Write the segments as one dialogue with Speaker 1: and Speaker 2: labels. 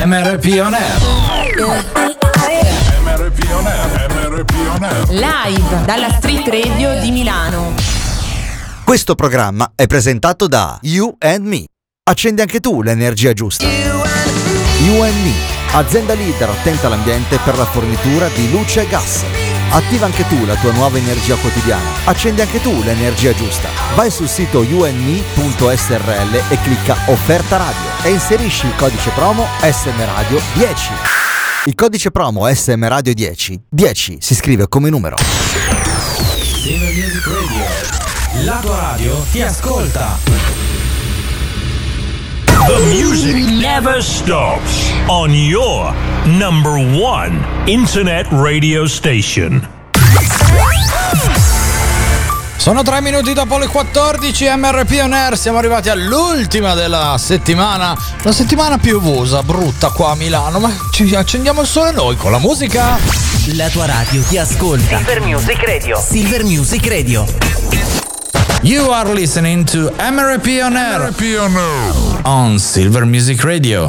Speaker 1: MRP On Air.
Speaker 2: MRP On Air. MRP On Air.
Speaker 3: Live dalla Street Radio di Milano.
Speaker 4: Questo programma è presentato da You and Me. Accendi anche tu l'energia giusta. You and Me, azienda leader attenta all'ambiente per la fornitura di luce e gas. Attiva anche tu la tua nuova energia quotidiana. Accendi anche tu l'energia giusta. Vai sul sito youndme.srl e clicca Offerta Radio e inserisci il codice promo SM Radio 10. Il codice promo SM Radio 10 si scrive come numero.
Speaker 1: Silver Music Radio. La tua radio ti ascolta.
Speaker 5: The music never stops on your number one internet radio station.
Speaker 1: Sono 3 minuti dopo le 14, MRP On Air, siamo arrivati all'ultima della settimana, la settimana piovosa, brutta qua a Milano, ma ci accendiamo il sole noi con la musica.
Speaker 6: La tua radio ti ascolta.
Speaker 7: Silver Music Radio.
Speaker 6: Silver Music Radio.
Speaker 1: You are listening to MRP On Air.
Speaker 2: MRP On Air.
Speaker 1: On Silver Music Radio.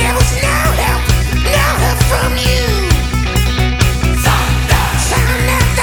Speaker 8: From you, sound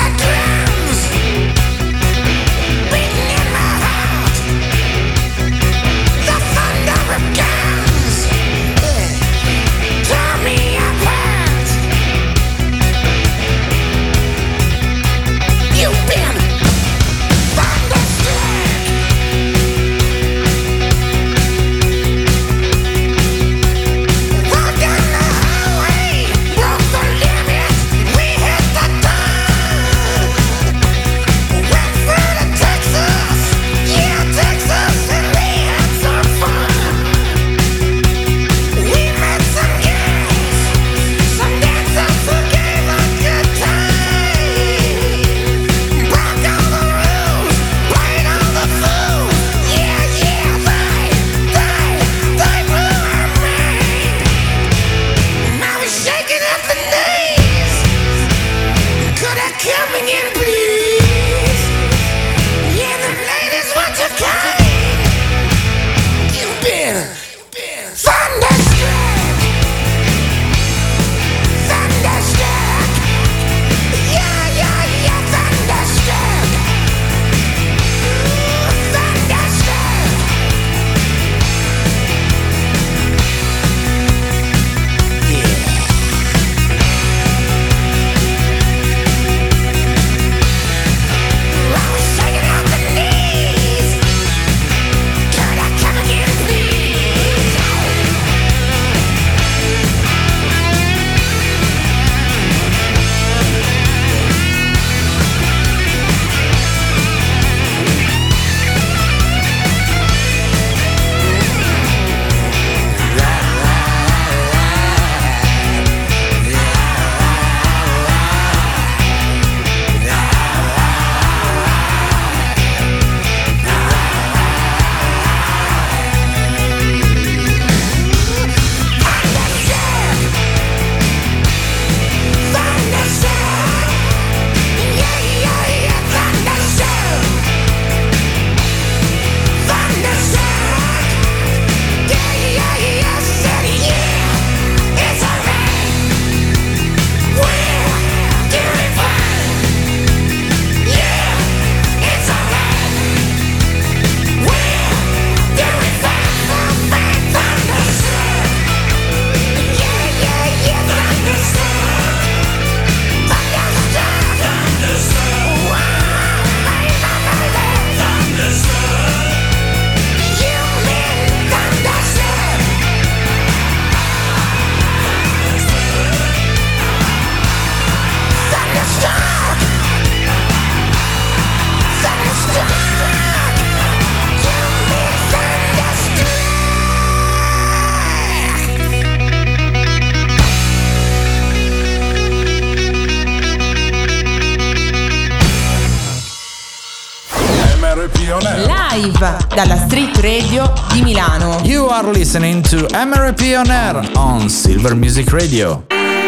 Speaker 3: Live dalla Street Radio di Milano.
Speaker 1: You are listening to MRP On Air on Silver Music Radio.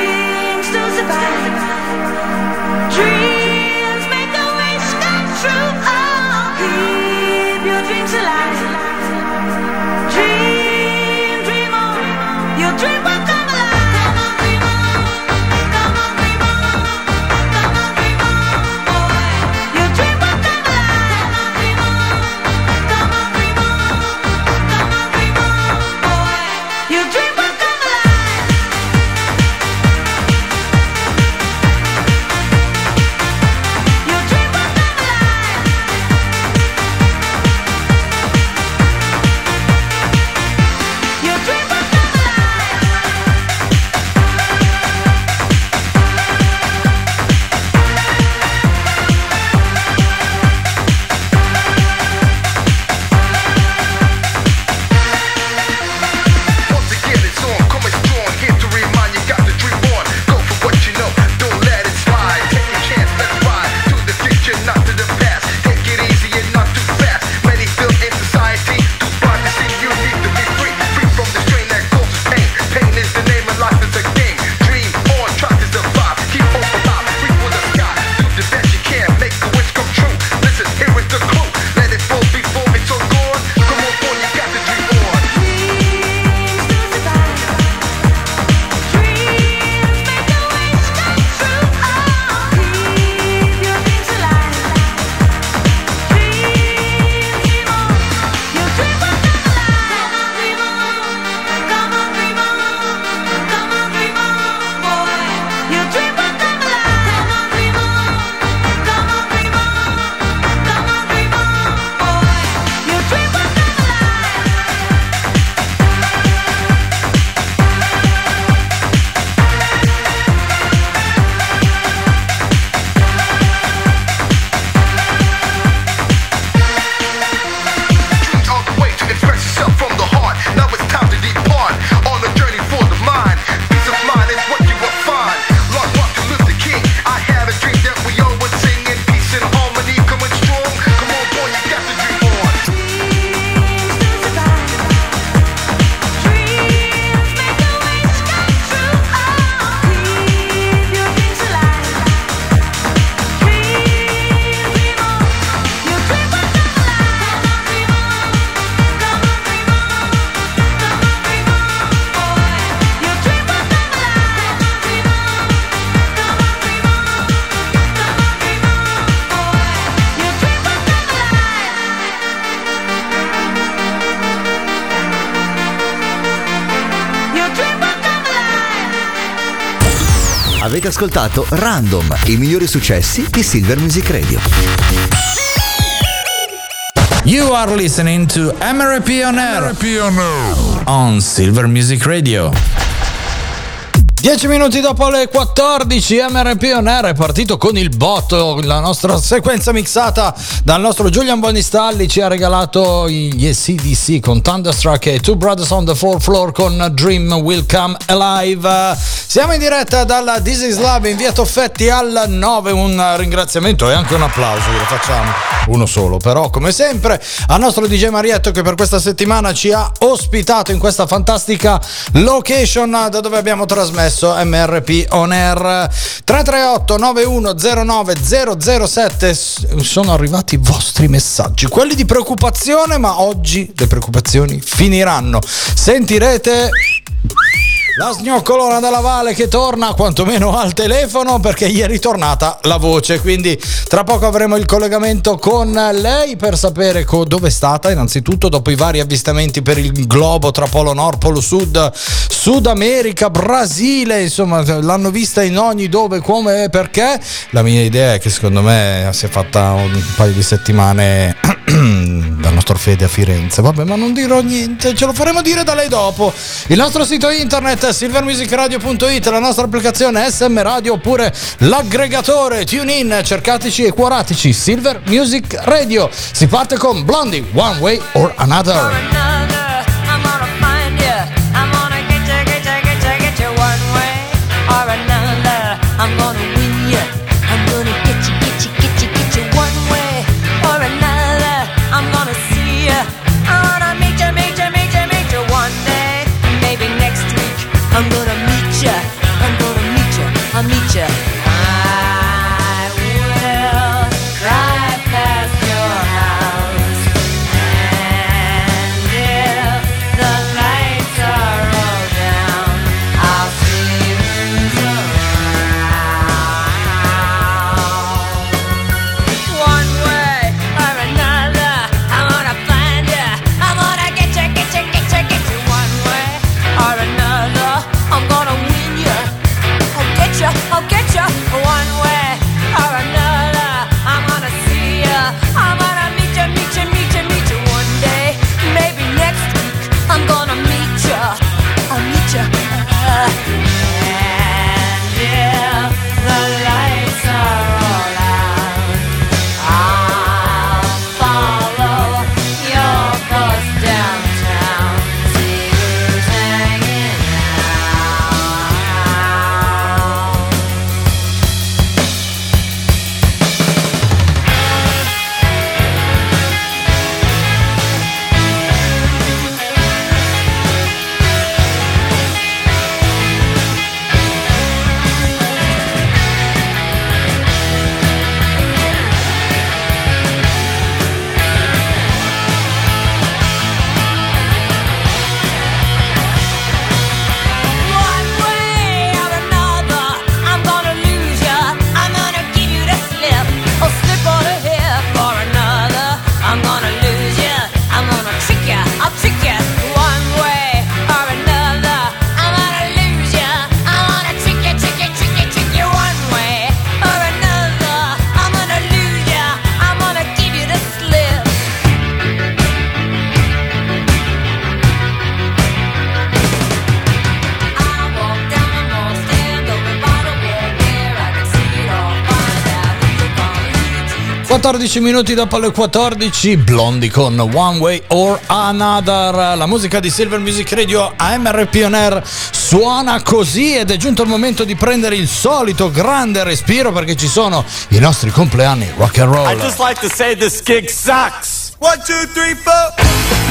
Speaker 7: Dreams make a wish come true. Oh, keep your dreams alive. Dream, dream on. Your dream will come alive. Come on, dream on. Come on, dream on. Come on, dream on, boy. Your dream will come alive. Come on, dream on. Come on, dream on, boy. Your dream will come alive. Your dream will come alive. Your dream will come alive.
Speaker 8: Once again, it's on, coming strong. Here to remind you, got the dream on. Go for what you know, don't let it slide. Take a chance, let's ride to the future, not to the past. Take it easy and not too fast. Many feel in society, too blind to see you need to be free. Free from the strain that causes pain. Pain is the name of life, is a game. Dream on, try to survive. Keep hope alive, reach for the sky. Do the best you can, make a wish come true. Listen, here is the clue. Let it fall before it's all gone. Come on, boy, you got the dream on.
Speaker 7: Dreams to survive. Dreams make a wish come true. Oh, keep your dreams alive. Dream, dream on. Your dream will come alive. Come on, dream on. Come on, dream on, boy. Your dream will come alive. Come on, dream on. Come on, dream on. Come on, dream on, boy. Your dream will come alive.
Speaker 8: Dreams are the way to express yourself from the heart. Now it's time to depart on a journey for the mind. Peace of mind is what you will find. Lord Martin Luther King, I had a dream that we all would sing in peace and harmony, coming strong. Come on, boy, you got the dream on.
Speaker 7: Dreams to survive. Dreams make a wish come true. Oh, keep your dreams alive. Dream, dream on. Your dream will come alive. Come on, dream on. Come on, dream on. Come on, dream on, boy. Your dream will come alive. Come on, dream on. Come on, dream on. Come on, dream on, boy. Your dream will come alive. Your dream will come alive.
Speaker 4: Avete ascoltato Random, i migliori successi di Silver Music Radio.
Speaker 1: You are listening to MRP On Air on Silver Music Radio. 10 minuti dopo le 14, MRP On Air è partito con il botto. La nostra sequenza mixata dal nostro Julian Bonistalli ci ha regalato gli AC/DC con Thunderstruck e Two Brothers on the Fourth Floor con Dream Will Come Alive. Siamo in diretta dalla This Is Love in via Toffetti al 9. Un ringraziamento e anche un applauso glielo facciamo, uno solo però come sempre, al nostro DJ Marietto che per questa settimana ci ha ospitato in questa fantastica location da dove abbiamo trasmesso MRP On Air. 338 9109 007. Sono arrivati i vostri messaggi, quelli di preoccupazione, ma oggi le preoccupazioni finiranno. Sentirete la sgnoccolona della Vale che torna quantomeno al telefono perché gli è ritornata la voce, quindi tra poco avremo il collegamento con lei per sapere dove è stata innanzitutto dopo i vari avvistamenti per il globo tra Polo Nord, Polo Sud, Sud America, Brasile, insomma l'hanno vista in ogni dove, come e perché. La mia idea è che secondo me si è fatta un paio di settimane dal nostro Fede a Firenze, vabbè, ma non dirò niente, ce lo faremo dire da lei dopo. Il nostro sito internet silvermusicradio.it, la nostra applicazione SM Radio oppure l'aggregatore TuneIn, cercateci e cuorateci Silver Music Radio. Si parte con Blondie, One Way or Another.
Speaker 7: I'm gonna find you. I'm gonna get you one way or another. I'm gonna win you. I'm gonna get you one way or another. I'm gonna see
Speaker 1: 14 minuti dopo le 14, Blondie con One Way or Another. La musica di Silver Music Radio a MRP On Air suona così ed è giunto il momento di prendere il solito grande respiro perché ci sono i nostri compleanni rock and roll.
Speaker 9: I just like to say this gig sucks. 1, 2, 3, 4.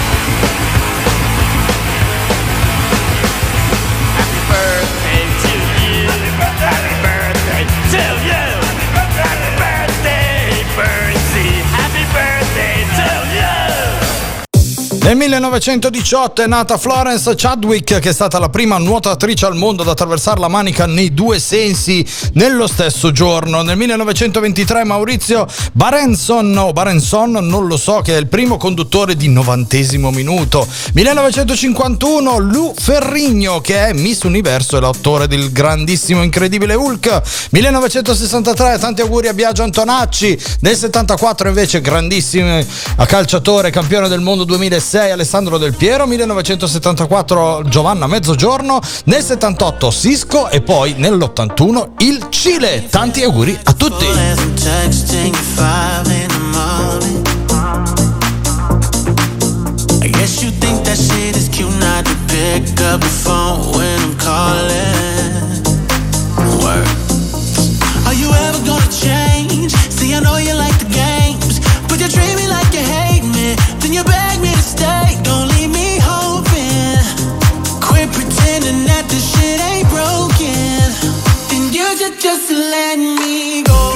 Speaker 9: Happy birthday to you. Happy birthday to you. Happy birthday, Bertie. Happy birthday to you.
Speaker 1: Nel 1918 è nata Florence Chadwick, che è stata la prima nuotatrice al mondo ad attraversare la manica nei due sensi nello stesso giorno. Nel 1923 Maurizio Barenson, non lo so, che è il primo conduttore di 90° minuto. 1951 Lou Ferrigno, che è Miss Universo e l'autore del grandissimo incredibile Hulk. 1963 tanti auguri a Biagio Antonacci. Nel 74 invece grandissimo calciatore, campione del mondo 2006 Alessandro Del Piero. 1974 Giovanna Mezzogiorno. Nel 78 Sisco e poi nell'81 il Cile. Tanti auguri a tutti.
Speaker 10: I guess you think that shit is cute not to pick up the phone when I'm calling. Word. Are you ever gonna change? See, I know you like the games, but you treat me like you hate me. Then you beg me to stay. Don't leave me hoping. Quit pretending that this shit ain't broken. Then you should just let me go.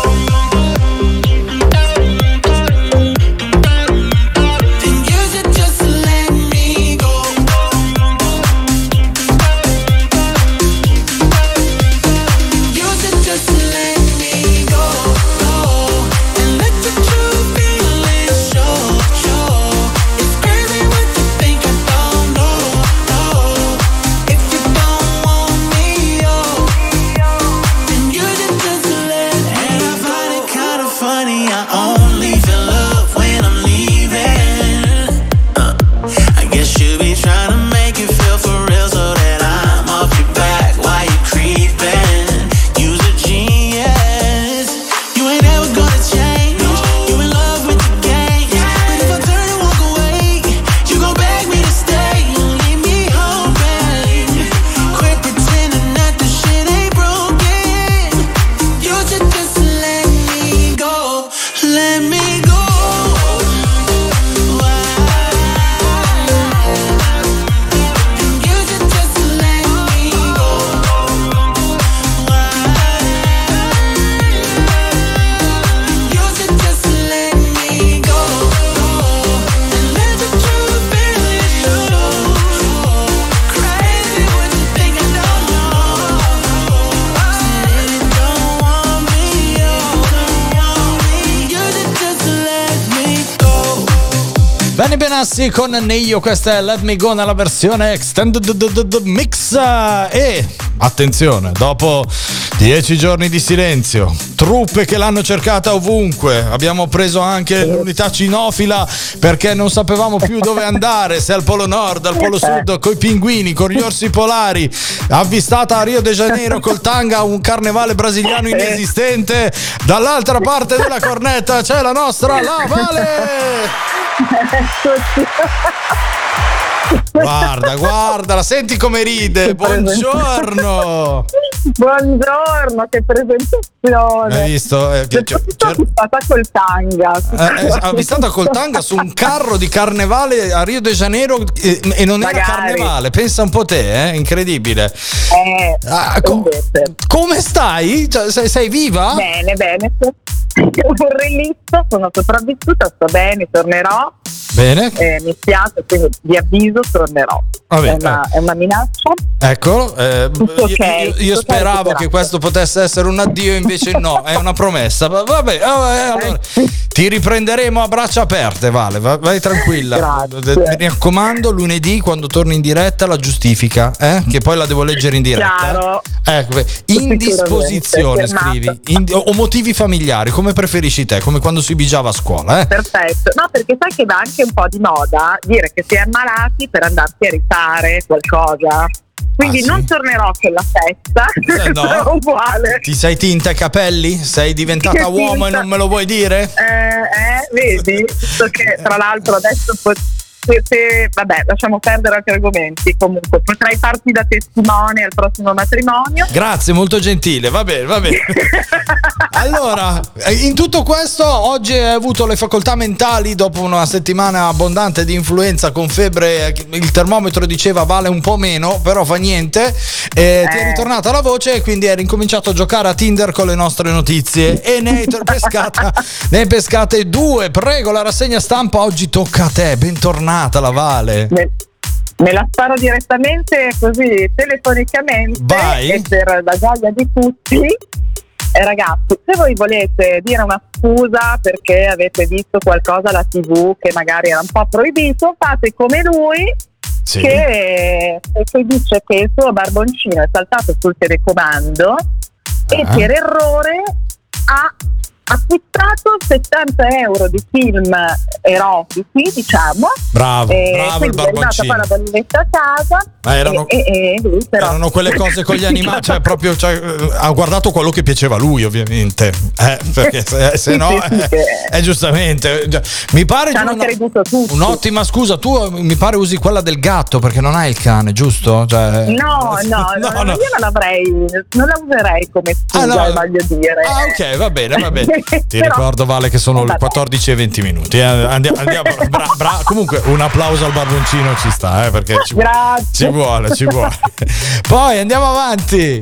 Speaker 1: Benny Benassi con Neio, questa è Let Me Go nella versione Extended Mix. E attenzione, dopo 10 giorni di silenzio, truppe che l'hanno cercata ovunque, abbiamo preso anche l'unità cinofila perché non sapevamo più dove andare, se al Polo Nord, al Polo Sud, coi pinguini, con gli orsi polari, avvistata a Rio de Janeiro col tanga, un carnevale brasiliano inesistente. Dall'altra parte della cornetta c'è la nostra La Vale. Guarda, la senti come ride. Buongiorno.
Speaker 11: Buongiorno, che presentazione.
Speaker 1: Hai visto?
Speaker 11: Avvistata col tanga.
Speaker 1: Avvistata col tanga su un carro di carnevale a Rio de Janeiro e non era carnevale. Pensa un po' te, incredibile. Come stai? Sei viva?
Speaker 11: Bene. Vorrei listo, sono sopravvissuta, sto bene, tornerò.
Speaker 1: Bene.
Speaker 11: Mi spiace, quindi vi avviso, tornerò. È una minaccia.
Speaker 1: Ecco, io speravo che questo potesse essere un addio, invece no, è una promessa. Vabbè, allora ti riprenderemo a braccia aperte, Vale, vai tranquilla. Mi raccomando, lunedì quando torni in diretta la giustifica, che poi la devo leggere in diretta.
Speaker 11: Chiaro.
Speaker 1: Ecco, indisposizione scrivi, o motivi familiari, come preferisci te, come quando si bigiava a scuola.
Speaker 11: Perfetto, no, perché sai che va anche un po' di moda dire che si è ammalati per andarsi a rifare qualcosa. quindi non tornerò con la festa,
Speaker 1: no.
Speaker 11: però uguale.
Speaker 1: Ti sei tinta i capelli? Sei diventata
Speaker 11: Che
Speaker 1: uomo e
Speaker 11: tinta?
Speaker 1: non me lo vuoi dire?
Speaker 11: Vedi, visto che tra l'altro adesso vabbè, lasciamo perdere altri argomenti. Comunque potrai farti da testimone al prossimo matrimonio.
Speaker 1: Grazie, molto gentile, va bene. Allora, in tutto questo, oggi hai avuto le facoltà mentali dopo una settimana abbondante di influenza con febbre, il termometro diceva vale un po' meno, però fa niente, ti è ritornata la voce e quindi hai ricominciato a giocare a Tinder con le nostre notizie e ne hai pescate due. Prego, la rassegna stampa oggi tocca a te, bentornata la Vale.
Speaker 11: Me la sparo direttamente così telefonicamente.
Speaker 1: Vai.
Speaker 11: E per la gioia di tutti, ragazzi, se voi volete dire una scusa perché avete visto qualcosa alla TV che magari era un po' proibito, fate come lui.
Speaker 1: Sì.
Speaker 11: Che dice che il suo barboncino è saltato sul telecomando e per errore ha acquistato 70 euro di film erotici, diciamo.
Speaker 1: Bravo il
Speaker 11: quindi è arrivata
Speaker 1: barboncino.
Speaker 11: poi la bolletta a casa.
Speaker 1: Ma erano quelle cose con gli animali, cioè proprio ha guardato quello che piaceva a lui, ovviamente, perché se no è giustamente, mi pare un'ottima scusa. Tu mi pare usi quella del gatto perché non hai il cane, giusto? Cioè,
Speaker 11: no, io non la userei come scusa, voglio dire.
Speaker 1: Ok, va bene. Ti ricordo, Vale, che sono le 14 e 20 minuti. Andiamo. Comunque un applauso al barboncino ci sta, perché ci vuole. Poi andiamo avanti.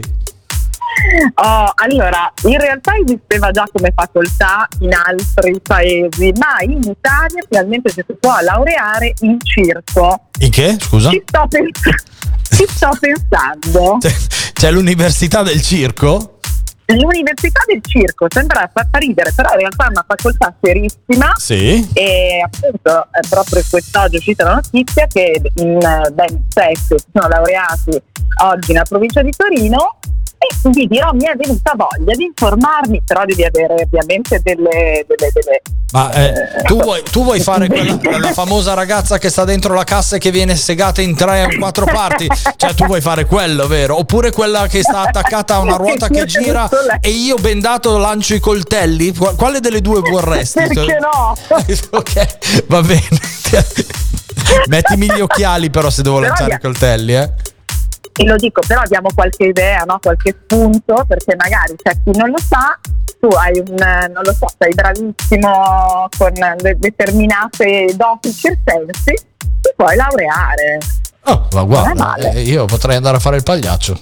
Speaker 11: Allora, in realtà esisteva già come facoltà in altri paesi, ma in Italia finalmente si può laureare in circo.
Speaker 1: In che? Scusa?
Speaker 11: Ci sto pensando.
Speaker 1: C'è l'università del circo?
Speaker 11: L'università del circo sembra fa ridere, però in realtà è una facoltà serissima.
Speaker 1: Sì.
Speaker 11: E appunto proprio quest'oggi è uscita la notizia che in ben 7 si sono laureati oggi nella provincia di Torino. E vi dirò, mi è venuta voglia di informarmi, però devi avere ovviamente delle
Speaker 1: Ma tu vuoi fare quella famosa ragazza che sta dentro la cassa e che viene segata in 3 o 4 parti? Cioè tu vuoi fare quello, vero? Oppure quella che sta attaccata a una ruota che gira e io bendato lancio i coltelli? Quale delle due vorresti?
Speaker 11: Perché no?
Speaker 1: Ok, va bene. Mettimi gli occhiali però se devo lanciare i coltelli,
Speaker 11: E lo dico, però diamo qualche idea, no? Qualche spunto, perché magari c'è chi non lo sa, tu hai sei bravissimo con determinate doti circensi, ti puoi laureare.
Speaker 1: Oh, ma guarda, io potrei andare a fare il pagliaccio.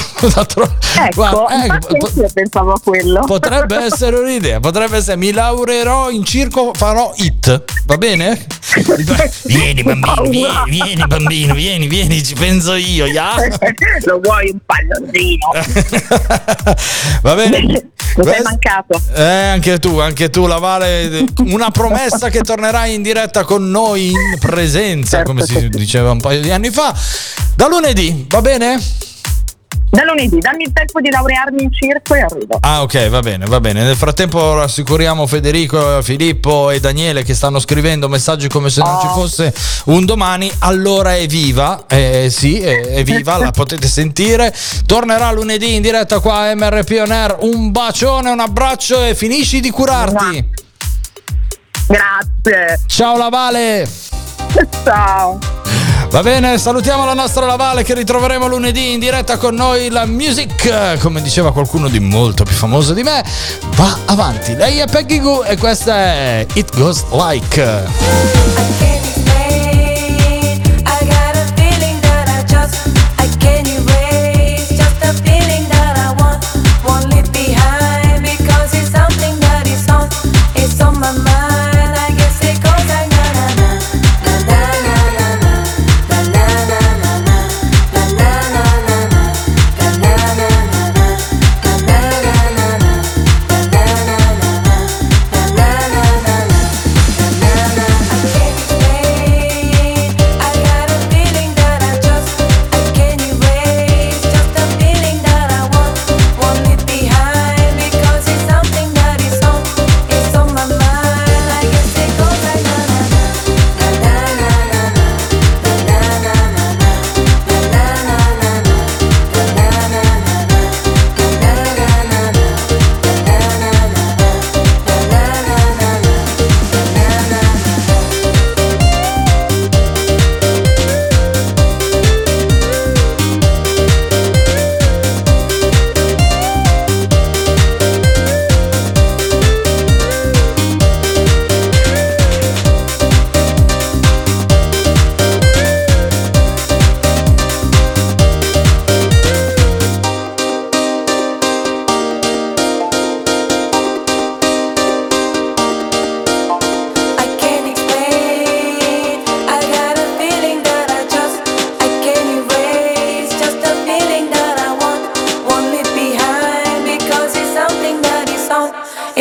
Speaker 11: Io pensavo a quello.
Speaker 1: Potrebbe essere un'idea, mi laureerò in circo, farò It, va bene? Vieni bambino, vieni, ci penso io,
Speaker 11: Lo vuoi un palloncino?
Speaker 1: Va bene.
Speaker 11: Mi sei mancato.
Speaker 1: Anche tu, la Vale, una promessa che tornerai in diretta con noi in presenza, come si diceva un paio di anni fa, da lunedì, va bene?
Speaker 11: Da lunedì, dammi il tempo di laurearmi in circo e arrivo.
Speaker 1: Ok, va bene. Nel frattempo rassicuriamo Federico, Filippo e Daniele che stanno scrivendo messaggi come se non ci fosse un domani. Allora è viva, sì, è viva, la potete sentire. Tornerà lunedì in diretta qua a MRP On Air. Un bacione, un abbraccio e finisci di curarti.
Speaker 11: Grazie.
Speaker 1: Ciao la Vale.
Speaker 11: Ciao.
Speaker 1: Va bene, salutiamo la nostra Lavale che ritroveremo lunedì in diretta con noi. La music, come diceva qualcuno di molto più famoso di me, va avanti. Lei è Peggy Goo e questa è It Goes Like.
Speaker 12: Stay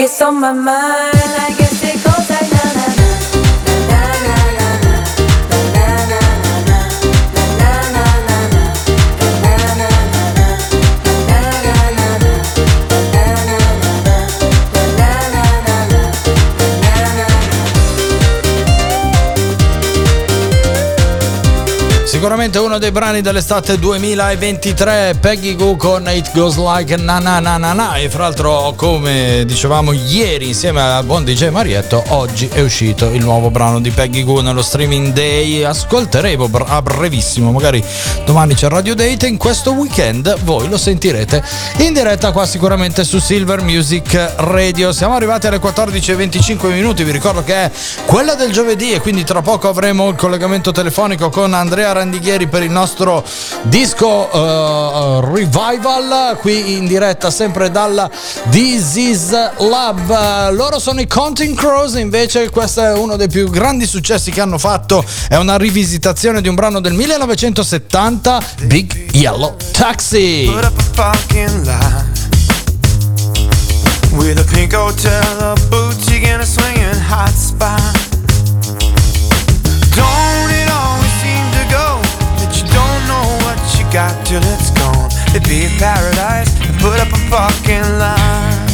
Speaker 7: It's on my mind, I guess it goes like na na na.
Speaker 1: Sicuramente uno dei brani dell'estate 2023, Peggy Gou con It Goes Like Na Na Na Na Na. E fra l'altro, come dicevamo ieri insieme al buon DJ Marietto, oggi è uscito il nuovo brano di Peggy Gou nello Streaming Day. Ascolteremo a brevissimo, magari domani c'è Radio Date, in questo weekend voi lo sentirete in diretta qua sicuramente su Silver Music Radio. Siamo arrivati alle 14:25 minuti, vi ricordo che è quella del giovedì e quindi tra poco avremo il collegamento telefonico con Andrea Randighieri per il nostro disco Revival qui in diretta sempre dalla This Is Love. Loro sono i Counting Crows, invece questo è uno dei più grandi successi che hanno fatto, è una rivisitazione di un brano del 1970, Big Yellow Taxi.
Speaker 12: Put up a parking lot with a pink hotel, a boutique and a swinging hot spot. Don't it always seem to go that you don't know what you got till it's gone? They be paradise and put up a parking lot.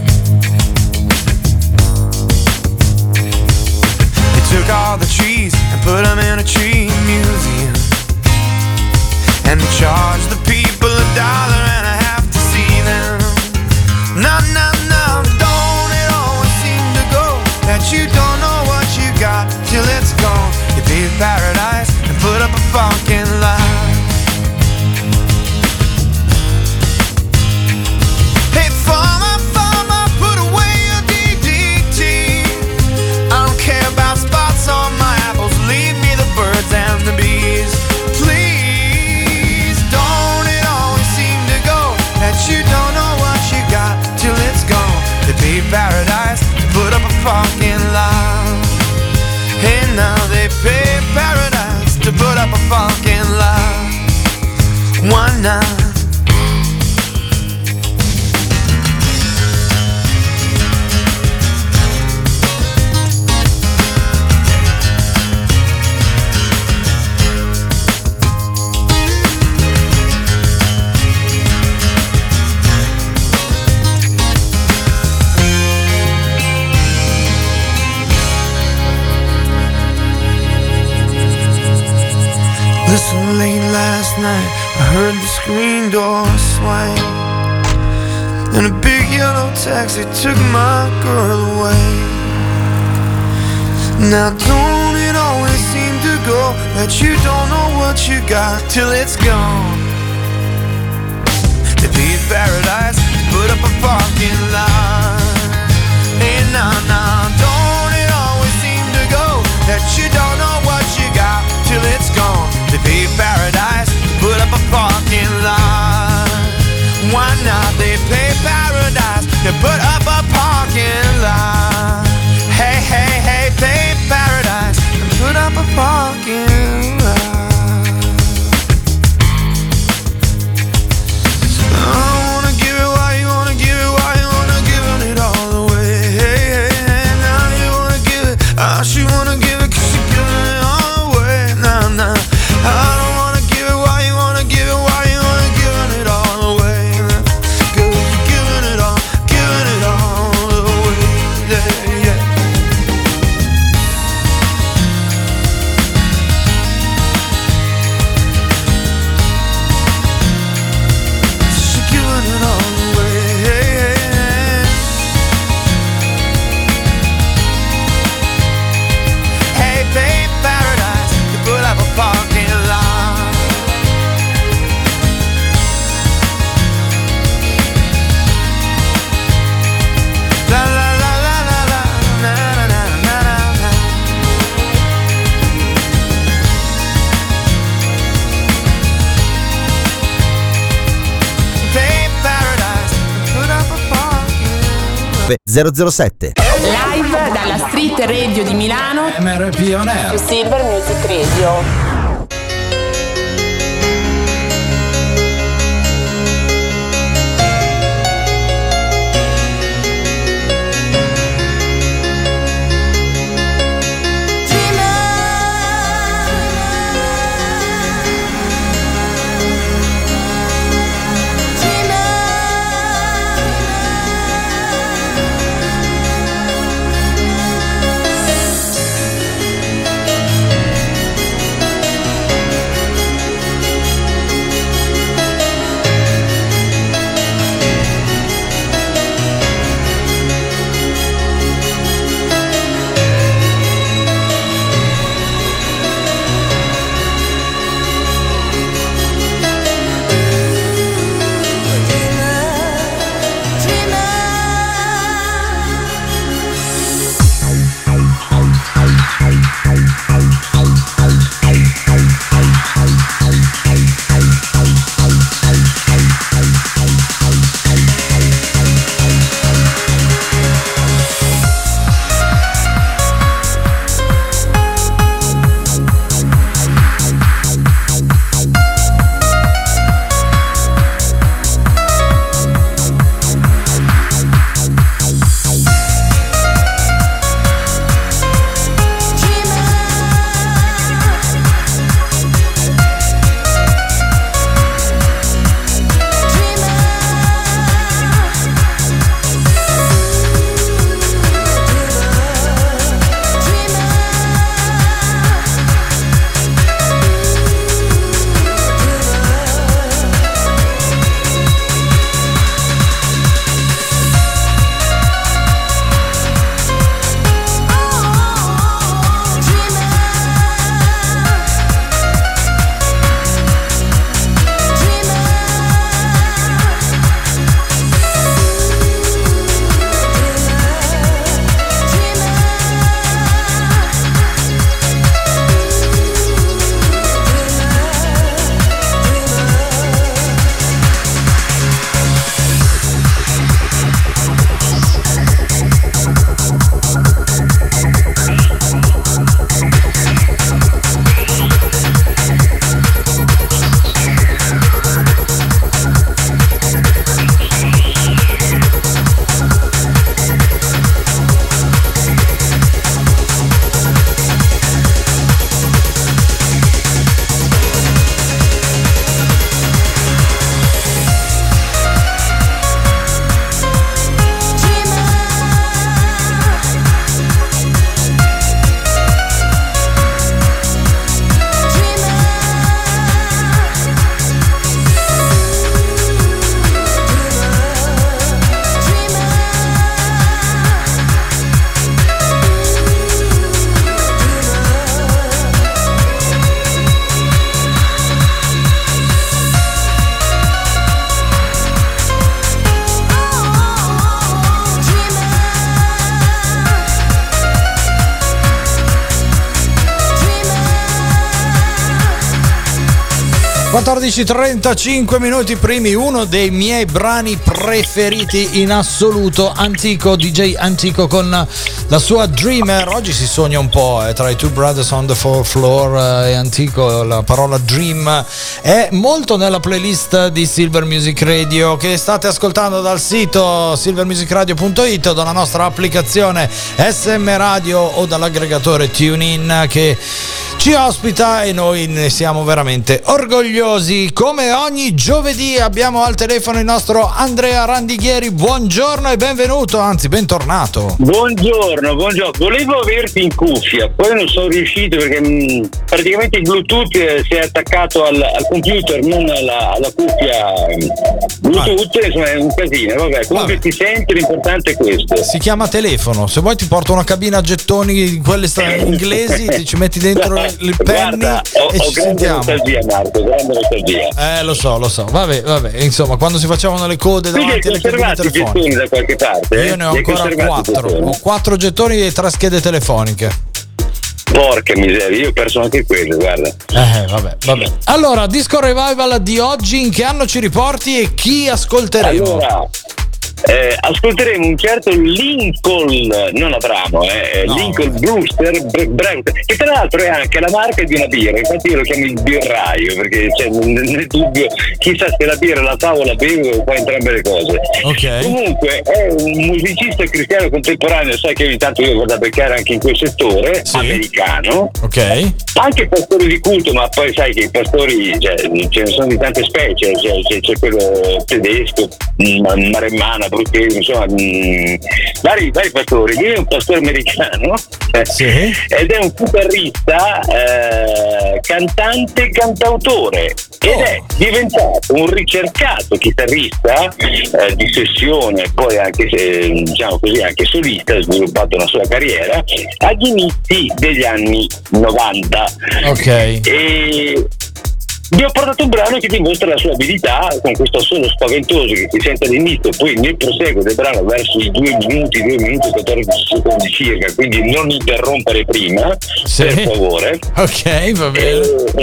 Speaker 12: They took all the trees and put them in a tree museum, and they charged the people $1.50 to see them. No, no, no, don't it always seem to go that you don't know what you got till it's gone? You pay paradise and put up a parking lot. Hey farmer, farmer, put away your DDT. I don't care about spots on my apples, leave me the birds and the bees. Please, don't it always seem to go that you don't know what you got till it's gone? They pay paradise to put up a parking lot. Hey now they pay paradise to put up a parking lot. Why not? Listen, late last night I heard the screen door swing, and a big yellow taxi took my girl away. Now don't it always seem to go that you don't know what you got till it's gone? They paid paradise to put up a parking lot. Hey, nah, nah, don't it always seem to go that you don't know what you got till it's gone? They pay paradise to put up a parking lot. Why not? They pay paradise to put up a parking lot. Hey, hey, hey, pay paradise and put up a parking lot. I don't wanna give it why you wanna give it, why you wanna give it all away. Hey, hey, hey, now you wanna give it, she wanna give it 'cause you're giving it all away. Nah, nah, I don't wanna give it why you wanna give it, why you wanna give it all away. 'Cause you're giving it all away. Yeah, yeah. She's giving it all away. Hey, pay paradise to put up a parking lot. La la la la la la, na na na na na na. Pay paradise to put up a parking lot.
Speaker 4: 007.
Speaker 3: Live dalla Street Radio di Milano
Speaker 1: MRP On Air.
Speaker 3: su Silver Music Radio.
Speaker 1: 14:35 minuti primi, uno dei miei brani preferiti in assoluto, Antico, DJ Antico con la sua Dreamer. Oggi si sogna un po', tra i Two Brothers on the Fourth Floor e Antico, la parola Dream è molto nella playlist di Silver Music Radio che state ascoltando dal sito silvermusicradio.it o dalla nostra applicazione SM Radio o dall'aggregatore TuneIn che ci ospita e noi ne siamo veramente orgogliosi. Come ogni giovedì abbiamo al telefono il nostro Andrea Randighieri. Buongiorno e benvenuto, anzi bentornato.
Speaker 13: Buongiorno. Volevo averti in cuffia, poi non sono riuscito perché praticamente il Bluetooth si è attaccato al computer, non alla cuffia Bluetooth, insomma è un casino. Vabbè, comunque ti senti, l'importante è questo.
Speaker 1: Si chiama telefono, se vuoi ti porto una cabina a gettoni, quelle inglesi, ti ci metti dentro le penny.
Speaker 13: Guarda,
Speaker 1: e ci sentiamo.
Speaker 13: Nostalgia, Marco, grande nostalgia.
Speaker 1: Lo so. Vabbè, insomma, quando si facevano le code davanti alle cabine telefoniche.
Speaker 13: Gettoni da qualche parte?
Speaker 1: Io ne ho ancora 4. Ho 4 gettoni e 3 schede telefoniche.
Speaker 13: Porca miseria, io ho perso anche quello, guarda.
Speaker 1: Vabbè. Allora, Disco Revival di oggi, in che anno ci riporti e chi ascolteremo?
Speaker 13: Allora, ascolteremo un certo Lincoln, non Abramo, Lincoln Brewster, che tra l'altro è anche la marca di una birra, infatti io lo chiamo il birraio, perché non è dubbio, chissà se la birra la fa o la beve o fa entrambe le cose.
Speaker 1: Okay.
Speaker 13: Comunque è un musicista cristiano contemporaneo, sai che ogni tanto io vado a beccare anche in quel settore, americano.
Speaker 1: Ok.
Speaker 13: Anche pastori di culto, ma poi sai che i pastori, ce ne sono di tante specie, c'è quello tedesco, maremmana, bruttello, insomma, vari pastori. Lui è un pastore americano, ed è un chitarrista, cantante, cantautore, ed è diventato un ricercato chitarrista di sessione, poi anche diciamo così, anche solista, ha sviluppato una sua carriera agli inizi degli anni 90.
Speaker 1: Ok.
Speaker 13: E vi ho portato un brano che dimostra la sua abilità con questo assolo spaventoso che si sente all'inizio, poi nel proseguo del brano verso i 2 minuti e 14 secondi circa, quindi non interrompere prima, per favore.
Speaker 1: Ok, va bene.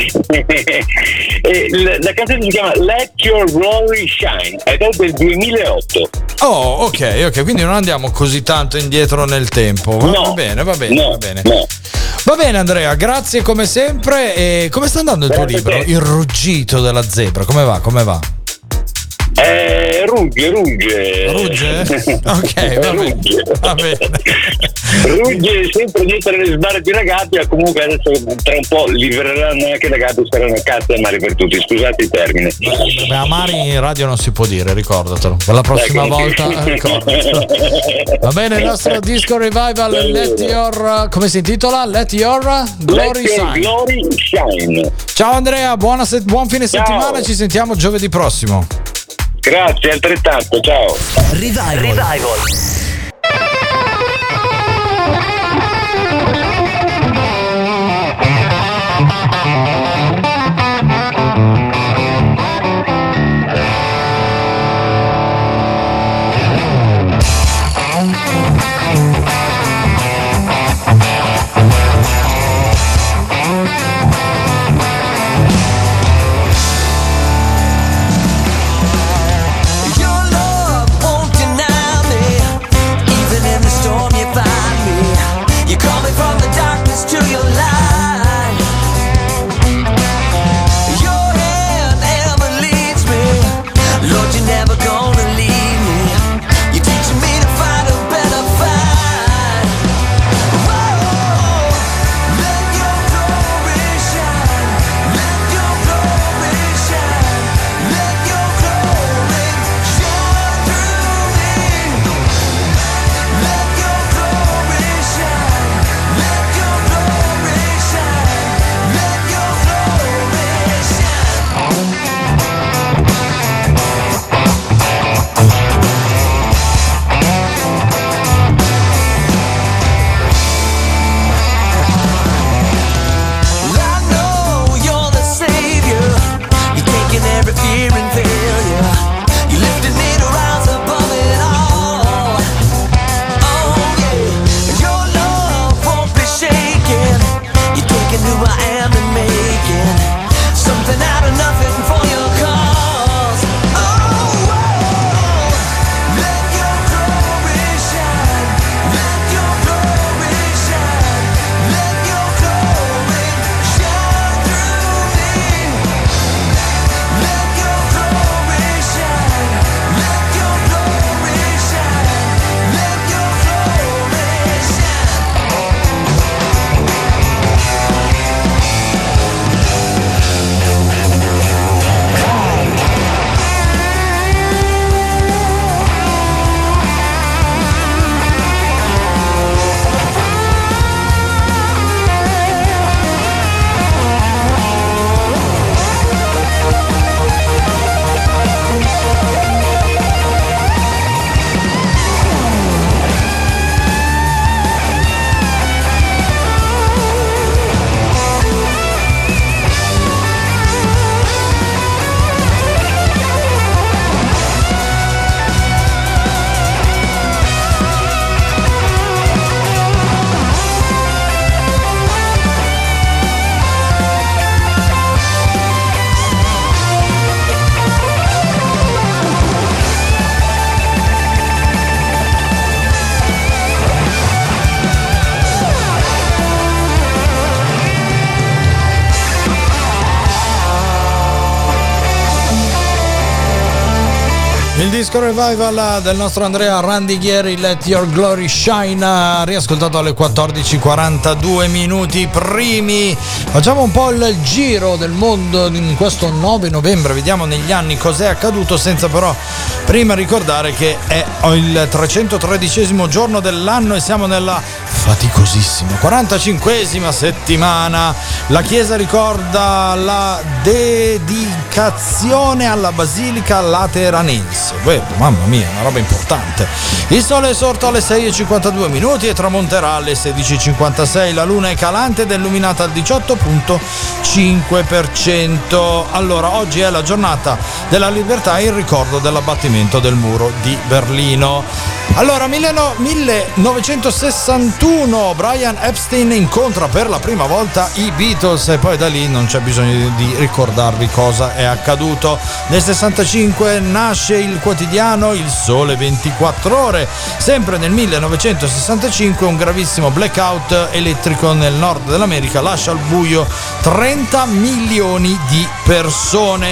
Speaker 13: La canzone si chiama Let Your Glory Shine ed è del 2008.
Speaker 1: Oh, ok, quindi non andiamo così tanto indietro nel tempo. Va bene.
Speaker 13: No.
Speaker 1: Va bene Andrea, grazie come sempre. E come sta andando il tuo libro? Il ruggito della zebra, come va?
Speaker 13: Rugge.
Speaker 1: Ok, va bene.
Speaker 13: Rugge sempre dietro le sbarre di una gabbia, comunque adesso tra un po' libereranno anche la gabbia e saranno cazzo e mari per tutti, scusate il termine.
Speaker 1: Beh, amari in radio non si può dire, ricordatelo. Per la prossima volta ricordatelo. Va bene, il nostro disco revival, Let Your, come si intitola? Let Your Glory
Speaker 13: Shine.
Speaker 1: Ciao Andrea, buon fine settimana, ci sentiamo giovedì prossimo.
Speaker 13: Grazie, altrettanto, ciao.
Speaker 6: Revival.
Speaker 10: Your love won't deny me.
Speaker 1: disco revival del nostro Andrea Randighieri, Let Your Glory Shine, riascoltato alle 14:42 minuti primi. Facciamo un po' il giro del mondo in questo 9 novembre, vediamo negli anni cos'è accaduto, senza però prima ricordare che è il 313° giorno dell'anno e siamo nella faticosissima 45esima settimana. La Chiesa ricorda la dedicazione alla Basilica Lateranense. Mamma mia, una roba importante. Il sole è sorto alle 6:52 minuti e tramonterà alle 16:56. La luna è calante ed è illuminata al 18,5%. Allora, oggi è la giornata della libertà in ricordo dell'abbattimento del muro di Berlino. Allora, 1961 Brian Epstein incontra per la prima volta i Beatles e poi da lì non c'è bisogno di ricordarvi cosa è accaduto. Nel 65 nasce il quotidiano Il Sole 24 Ore. Sempre nel 1965 un gravissimo blackout elettrico nel nord dell'America lascia al buio 30 milioni di persone.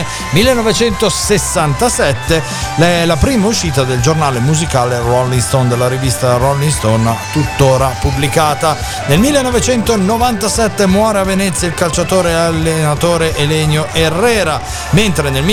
Speaker 1: 1967 la prima uscita del giornale musicale Rolling Stone, della rivista Rolling Stone, tuttora pubblicata. Nel 1997 muore a Venezia il calciatore e allenatore Elenio Herrera, mentre nel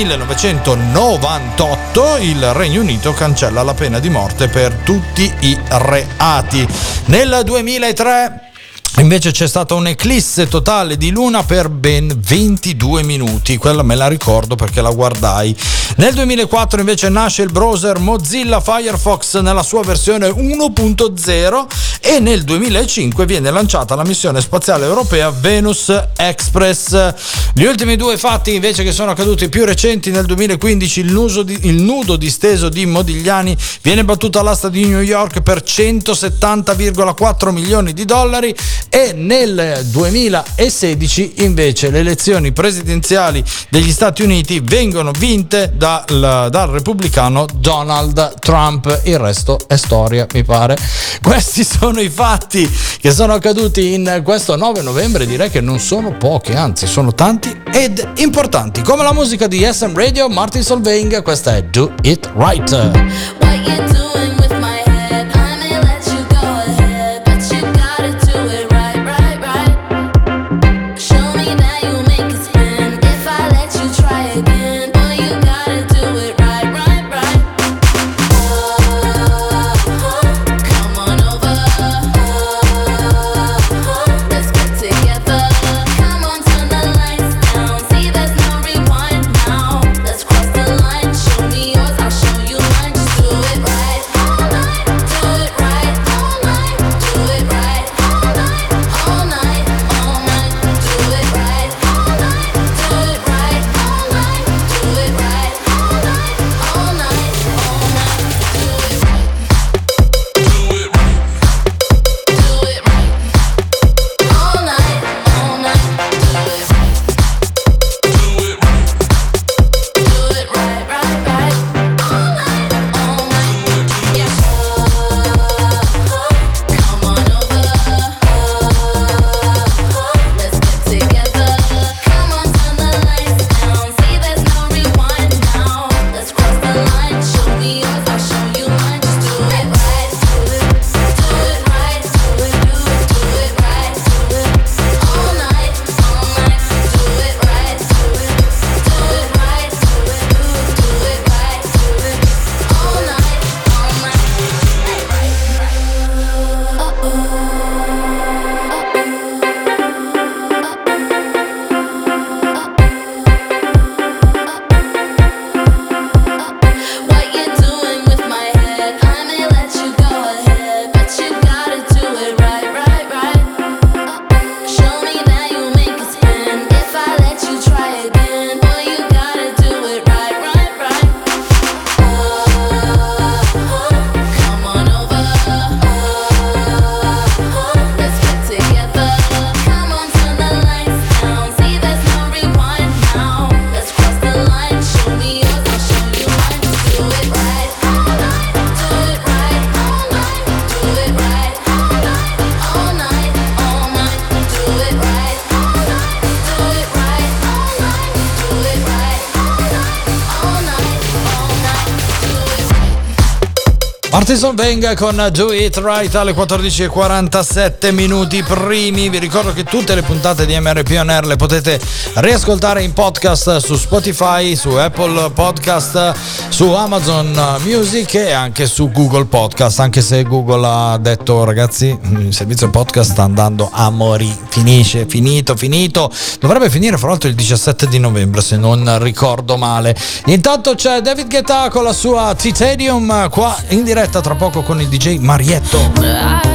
Speaker 1: 1998 il Regno Unito cancella la pena di morte per tutti i reati. Nel 2003 invece c'è stata un'eclisse totale di luna per ben 22 minuti, quella me la ricordo perché la guardai. Nel 2004 invece nasce il browser Mozilla Firefox nella sua versione 1.0 e nel 2005 viene lanciata la missione spaziale europea Venus Express. Gli ultimi due fatti invece che sono accaduti più recenti: nel 2015 il nudo disteso di Modigliani viene battuto all'asta di New York per 170,4 milioni di dollari e nel 2016 invece le elezioni presidenziali degli Stati Uniti vengono vinte dal repubblicano Donald Trump. Il resto è storia, mi pare. Questi sono i fatti che sono accaduti in questo 9 novembre. Direi che non sono pochi, anzi sono tanti ed importanti, come la musica di SM Radio, Martin Solveig. Questa è Do It Right.
Speaker 7: Show me yours, I'll show you mine. Just do it right.
Speaker 1: Martin Solveig con Do It Right alle 14:47 minuti primi. Vi ricordo che tutte le puntate di MRP On Air le potete riascoltare in podcast su Spotify, su Apple Podcast, su Amazon Music e anche su Google Podcast, anche se Google ha detto ragazzi il servizio podcast sta andando a morire, finito, dovrebbe finire fra l'altro il 17 di novembre se non ricordo male. Intanto c'è David Guetta con la sua Titanium qua in diretta tra poco con il DJ Marietto.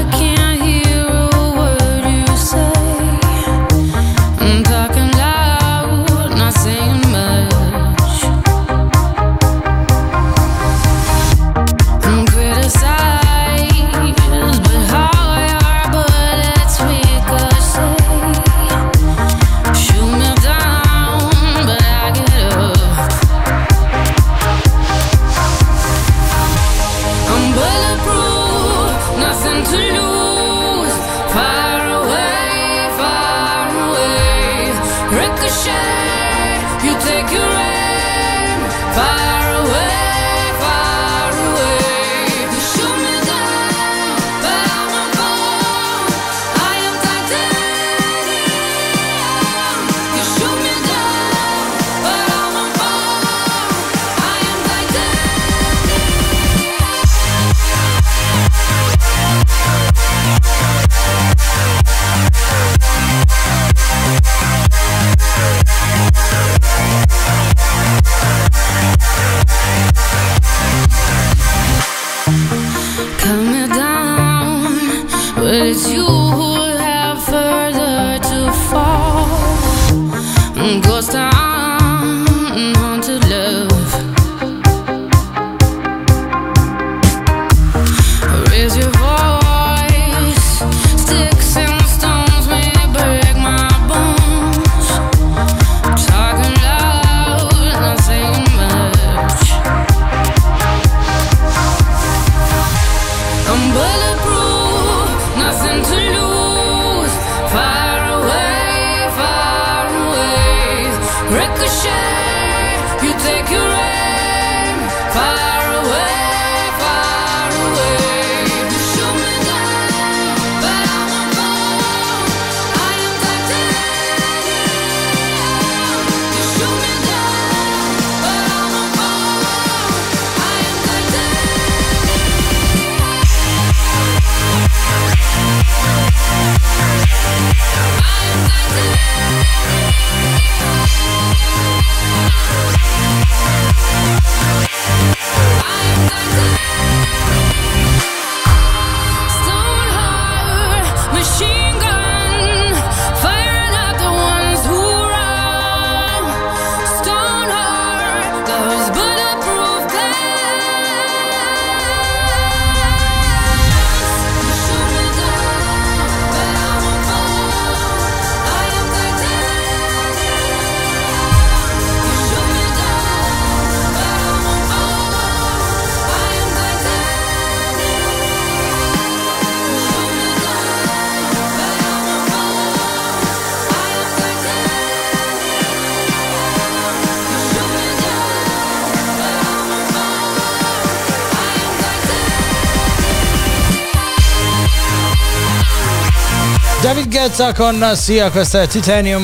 Speaker 1: David Guetta con Sia, questa è Titanium,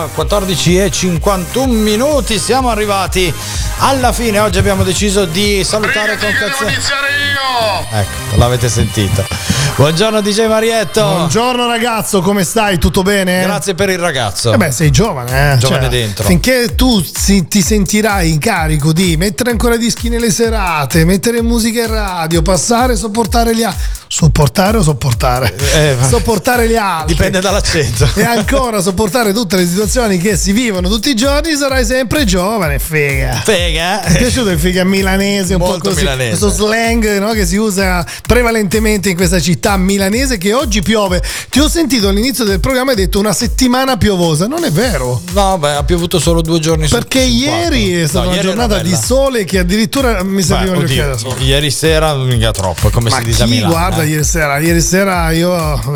Speaker 1: 14:51 minuti, siamo arrivati alla fine. Oggi abbiamo deciso di salutare con canzoni. Ecco, l'avete sentita. Buongiorno DJ Marietto.
Speaker 14: Buongiorno ragazzo, come stai? Tutto bene?
Speaker 1: Grazie per il ragazzo.
Speaker 14: Beh, sei giovane,
Speaker 1: giovane dentro.
Speaker 14: Finché tu ti sentirai in carico di mettere ancora dischi nelle serate, mettere musica in radio, passare, sopportare gli altri. Sopportare o sopportare? Sopportare gli altri.
Speaker 1: Dipende dall'accento.
Speaker 14: E ancora sopportare tutte le situazioni che si vivono tutti i giorni, sarai sempre giovane, fega.
Speaker 1: Fega?
Speaker 14: Mi è piaciuto il figa milanese, un
Speaker 1: molto
Speaker 14: po' così.
Speaker 1: milanese.
Speaker 14: Questo slang, no, che si usa prevalentemente in questa città città milanese che oggi piove. Ti ho sentito all'inizio del programma e hai detto una settimana piovosa. Non è vero.
Speaker 1: No, beh, ha piovuto solo 2 giorni su
Speaker 14: Perché ieri è stata una giornata di sole che addirittura mi serviva gli occhi da sole.
Speaker 1: Ieri sera mica troppo, come
Speaker 14: Ma
Speaker 1: si dice a
Speaker 14: chi
Speaker 1: Milano.
Speaker 14: guarda ieri sera io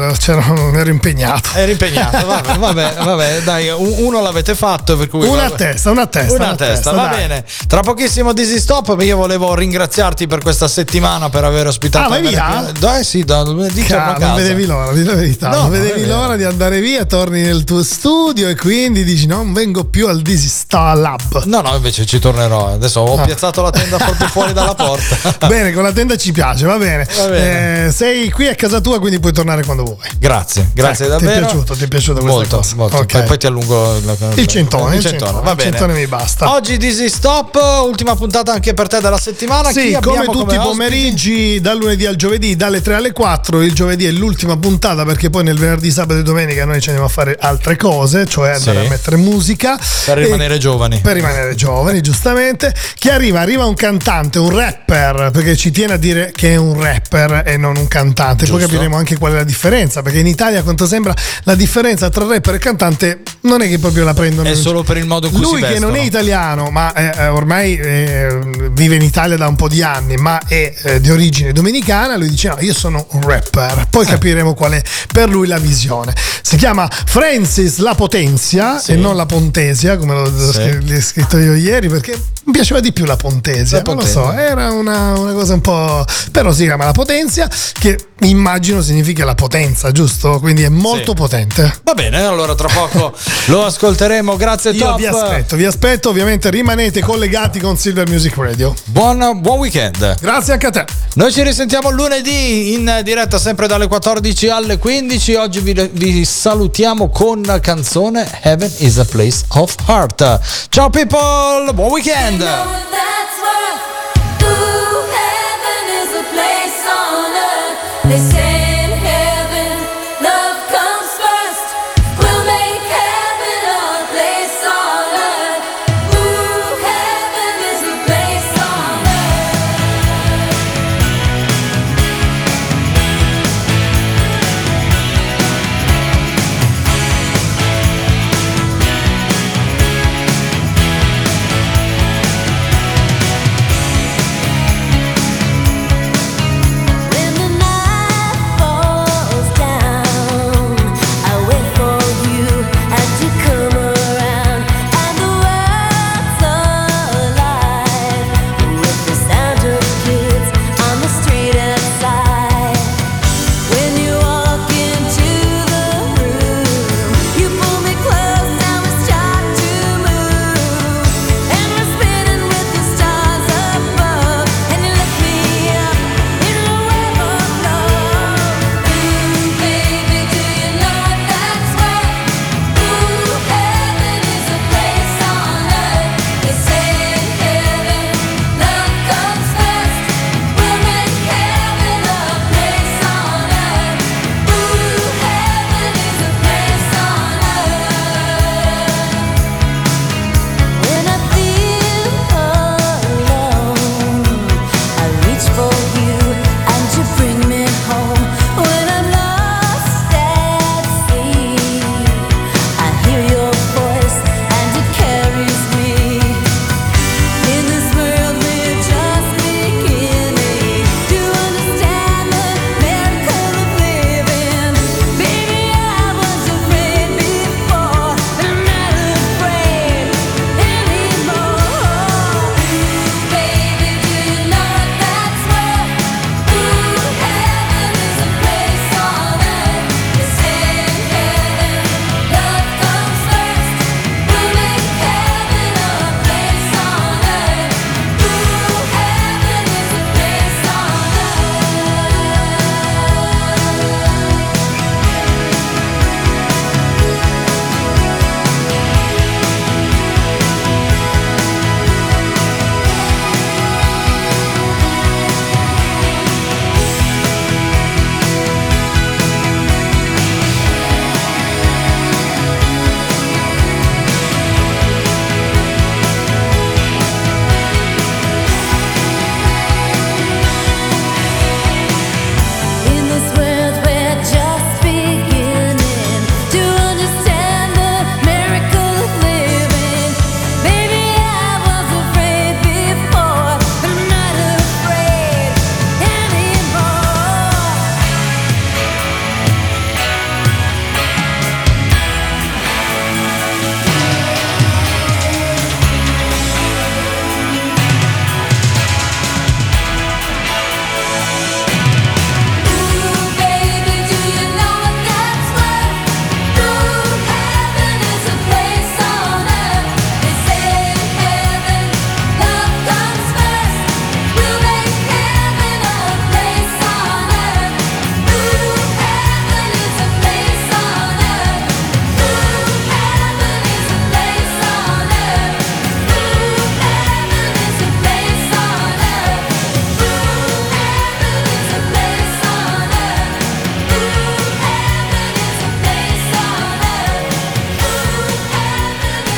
Speaker 14: ero impegnato.
Speaker 1: Eri impegnato, vabbè, dai, uno l'avete fatto, per cui
Speaker 14: Una testa, va
Speaker 1: dai. Bene. Tra pochissimo Dizzy Stop, io volevo ringraziarti per questa settimana, per aver ospitato.
Speaker 14: Vai via?
Speaker 1: Dai, sì, da lunedì torno a casa.
Speaker 14: Non vedevi l'ora, di la verità.
Speaker 1: No,
Speaker 14: non vedevi l'ora di andare via, torni nel tuo studio e quindi dici non vengo più al Dizzy Star Lab.
Speaker 1: No, invece ci tornerò. Adesso ho piazzato la tenda proprio fuori dalla porta.
Speaker 14: Bene, con la tenda ci piace, va bene. Sei qui a casa tua, quindi puoi tornare quando vuoi.
Speaker 1: Grazie davvero.
Speaker 14: Ti è piaciuto
Speaker 1: molto,
Speaker 14: questa cosa?
Speaker 1: molto.
Speaker 14: Okay.
Speaker 1: Poi ti allungo
Speaker 14: il centone,
Speaker 1: va bene.
Speaker 14: Il centone mi basta.
Speaker 1: Oggi Dizzy Stop, ultima puntata anche per te della settimana.
Speaker 14: Sì,
Speaker 1: Chi
Speaker 14: come
Speaker 1: abbiamo
Speaker 14: tutti i pomeriggi, dal lunedì al giovedì, dalle 3 alle 4. Il giovedì è l'ultima puntata perché poi nel venerdì, sabato e domenica noi ci andiamo a fare altre cose, cioè andare a mettere musica.
Speaker 1: Per rimanere giovani.
Speaker 14: Per rimanere giovani, giustamente. Chi arriva un cantante, un rapper, perché ci tiene a dire che è un rapper e non un cantante.
Speaker 1: Giusto.
Speaker 14: Poi capiremo anche qual è la differenza, perché in Italia, a quanto sembra, la differenza tra rapper e cantante non è che proprio la prendono.
Speaker 1: È solo per il modo in cui
Speaker 14: lui
Speaker 1: si vestono.
Speaker 14: Che non è italiano, ma ormai vive in Italia da un po' di anni, ma è di origine dominicana, lui dice no, io sono un rapper. Poi capiremo qual è per lui la visione. Si chiama Francis La Potenzia e non La Pontesia, come l'ho scritto io ieri, perché mi piaceva di più La Pontesia, non lo so, era una cosa un po', però si chiama La Potenzia, che immagino significa la potenza, giusto? Quindi è molto potente.
Speaker 1: Va bene, allora tra poco lo ascolteremo. Grazie Top.
Speaker 14: Io vi aspetto, ovviamente rimanete collegati con Silver Music Radio.
Speaker 1: Buon weekend.
Speaker 14: Grazie anche a te.
Speaker 1: Noi ci risentiamo lunedì in diretta sempre dalle 14 alle 15. Oggi vi salutiamo con canzone Heaven is a Place of Heart. Ciao people, buon weekend.
Speaker 7: They say in heaven, love comes first. We'll make heaven a place on earth. Ooh, heaven is a place on earth.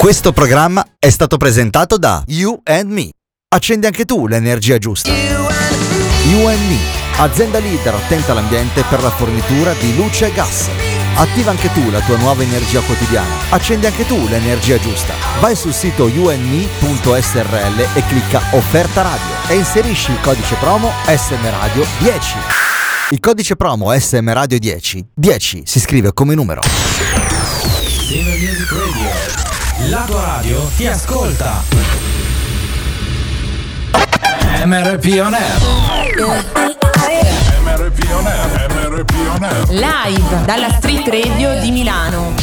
Speaker 4: Questo programma è stato presentato da You and Me. Accendi anche tu l'energia giusta. You and Me, azienda leader attenta all'ambiente per la fornitura di luce e gas. Attiva anche tu la tua nuova energia quotidiana. Accendi anche tu l'energia giusta. Vai sul sito youndme.srl e clicca Offerta Radio e inserisci il codice promo SM Radio 10. Il codice promo SM Radio 10 si scrive come numero.
Speaker 6: Silver Music Radio. La tua radio ti ascolta.
Speaker 1: MRP On Air.
Speaker 2: MRP On Air, MRP On Air.
Speaker 3: Live dalla Street Radio di Milano.